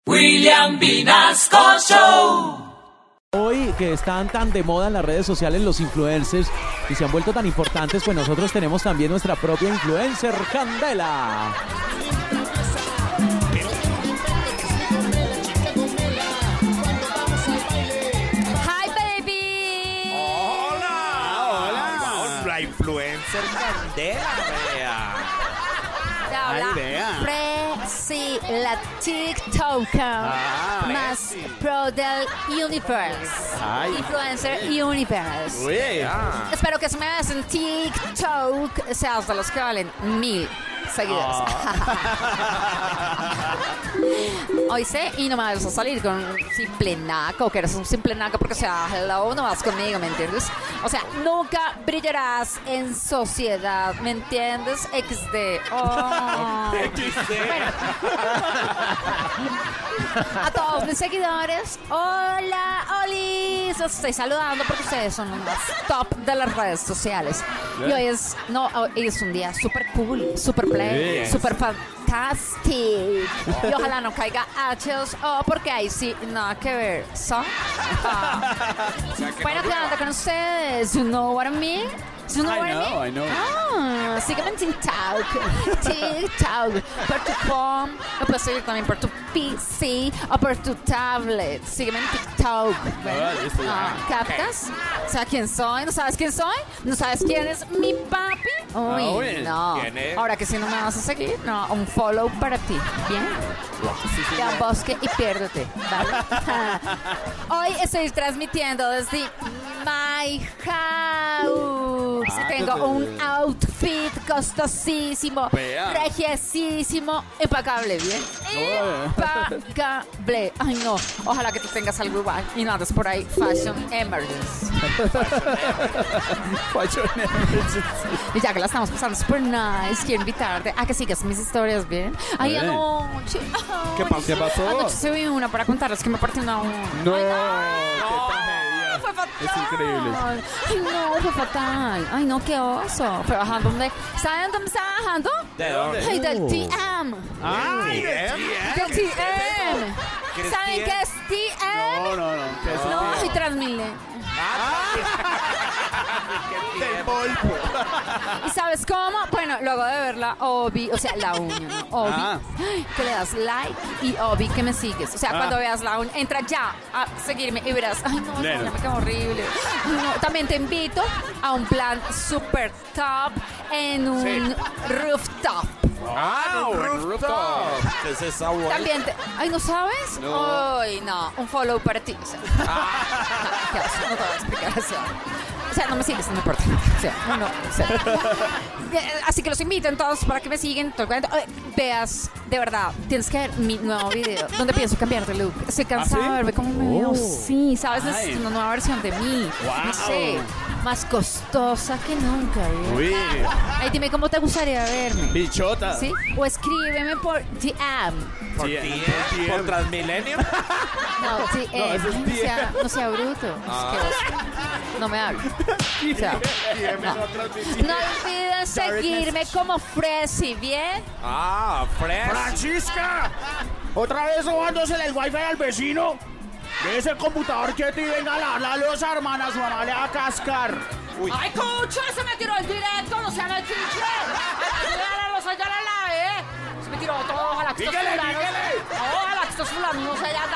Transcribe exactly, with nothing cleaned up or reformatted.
William Vinasco Show. Hoy que están tan de moda en las redes sociales los influencers y se han vuelto tan importantes, pues nosotros tenemos también nuestra propia influencer, Candela. Hi baby. Hola, hola. La influencer Candela, vea. Te habla Ay, vea. Presi, la TikToker Ah, más Presi. pro del universe. Ay. Influencer universe. Uy, ah. Espero que si me ves en TikTok seas de los que valen mil seguidores. Hoy sé y no me vas a salir con un simple naco, que eres un simple naco porque, o sea, hello, no vas conmigo, ¿me entiendes? O sea, nunca brillarás en sociedad, ¿me entiendes? equis de. Oh. Bueno. A todos mis seguidores, hola, olis, los estoy saludando porque ustedes son los más top de las redes sociales. Y hoy es, no, hoy es un día súper cool, súper play, Sí. súper fantástico. Y ojalá no caiga H dos O porque ahí sí, nada que ver. ¿So? Ah. Bueno, ¿qué onda con ustedes? You know what I mean? You know I what I know, mean? I know. Ah, sígueme en TikTok. TikTok. Por tu phone. Lo puedes seguir también por tu P C o por tu tablet. Sígueme en TikTok. Bueno, Ah, listo, ya. ah, ¿captas? O sea, ¿quién soy? ¿No sabes quién soy? ¿No sabes quién es mi papi? Uy, Ah, uy, no. ¿quién es? Ahora que si no me vas a seguir, no, un follow para ti. ¿Bien? Ve a bosque y piérdete, ¿vale? Hoy estoy transmitiendo desde My House. Ah, Tengo desde- un outfit costosísimo, Vea. regiesísimo, impecable, ¿bien? Impecable. Ay, no. Ojalá que tú tengas algo igual y no andes por ahí. Fashion emergency. Y ya que la estamos pasando super nice, quiero invitarte a que sigas mis historias, ¿bien? Ay, Bien. anoche. ¿Qué pasó? ¿Qué pasó? Anoche se vi una para contarles que me partió una uña. No, Ay, qué tragedia. fue fatal. Es increíble. Ay, no, fue fatal. Ay, no, qué oso. Pero bajando, ¿dónde? ¿Saben dónde me estaba bajando? ¿De dónde? Ay, del T M. Ay, Del T M. ¿Qué es ¿Saben T M? qué es T M? No, no, no. ¿Qué es No, eso? soy Transmilenio. Del polvo. ¿Y sabes cómo? Bueno, luego de verla, Obi, o sea, la uña, ¿no? Obi, Ah. que le das like y Obi, que me sigues. O sea, Ah. cuando veas la uña, entra ya a seguirme y verás, ay, no, Lero. no, me quedo horrible. Ay, no. También te invito a un plan super top en un Sí. rooftop. Ah, un rooftop. ¿Qué es esa vuelta? También te... Ay, ¿no sabes? No. Ay, no, un follow para ti. O sea, no, qué oso, no te voy a explicar eso. O sea, no me sigues, no me importa. O sea, no, no, o sea. Eh, Así que los invito entonces para que me siguen. Todo el cuento. Eh, Veas, de verdad, tienes que ver mi nuevo video donde pienso cambiar de look. Estoy cansada ¿Ah, sí? de verme cómo me veo. Oh. Sí, ¿sabes? Ay. Necesito una nueva versión de mí. Wow. No sé, más costosa que nunca. ¿eh? Uy, Ay, dime cómo te gustaría verme. bichota. ¿Sí? O escríbeme por D M. ¿Por T M? ¿Por Transmilenio? No, sí, No, eh, eso es no, bien. sea, no sea bruto. Ah. Es que no me hables. O sea, no. No olviden seguirme como Fresi, ¿bien? Ah, fresh. ¡Francisca! ¿Otra vez robándosele el wifi al vecino? Deje el computador quieto y venga a lavarle a los hermanas, su mamá le va a cascar. ¡Ay, cucha! Se me tiró el directo, no se haga el chiche. Ayúdalos, allá la lave, ¿eh? Se me tiró todo, ojalá que estos Dígale, fulanos... dígale. Ojalá que estos fulanos no se hayan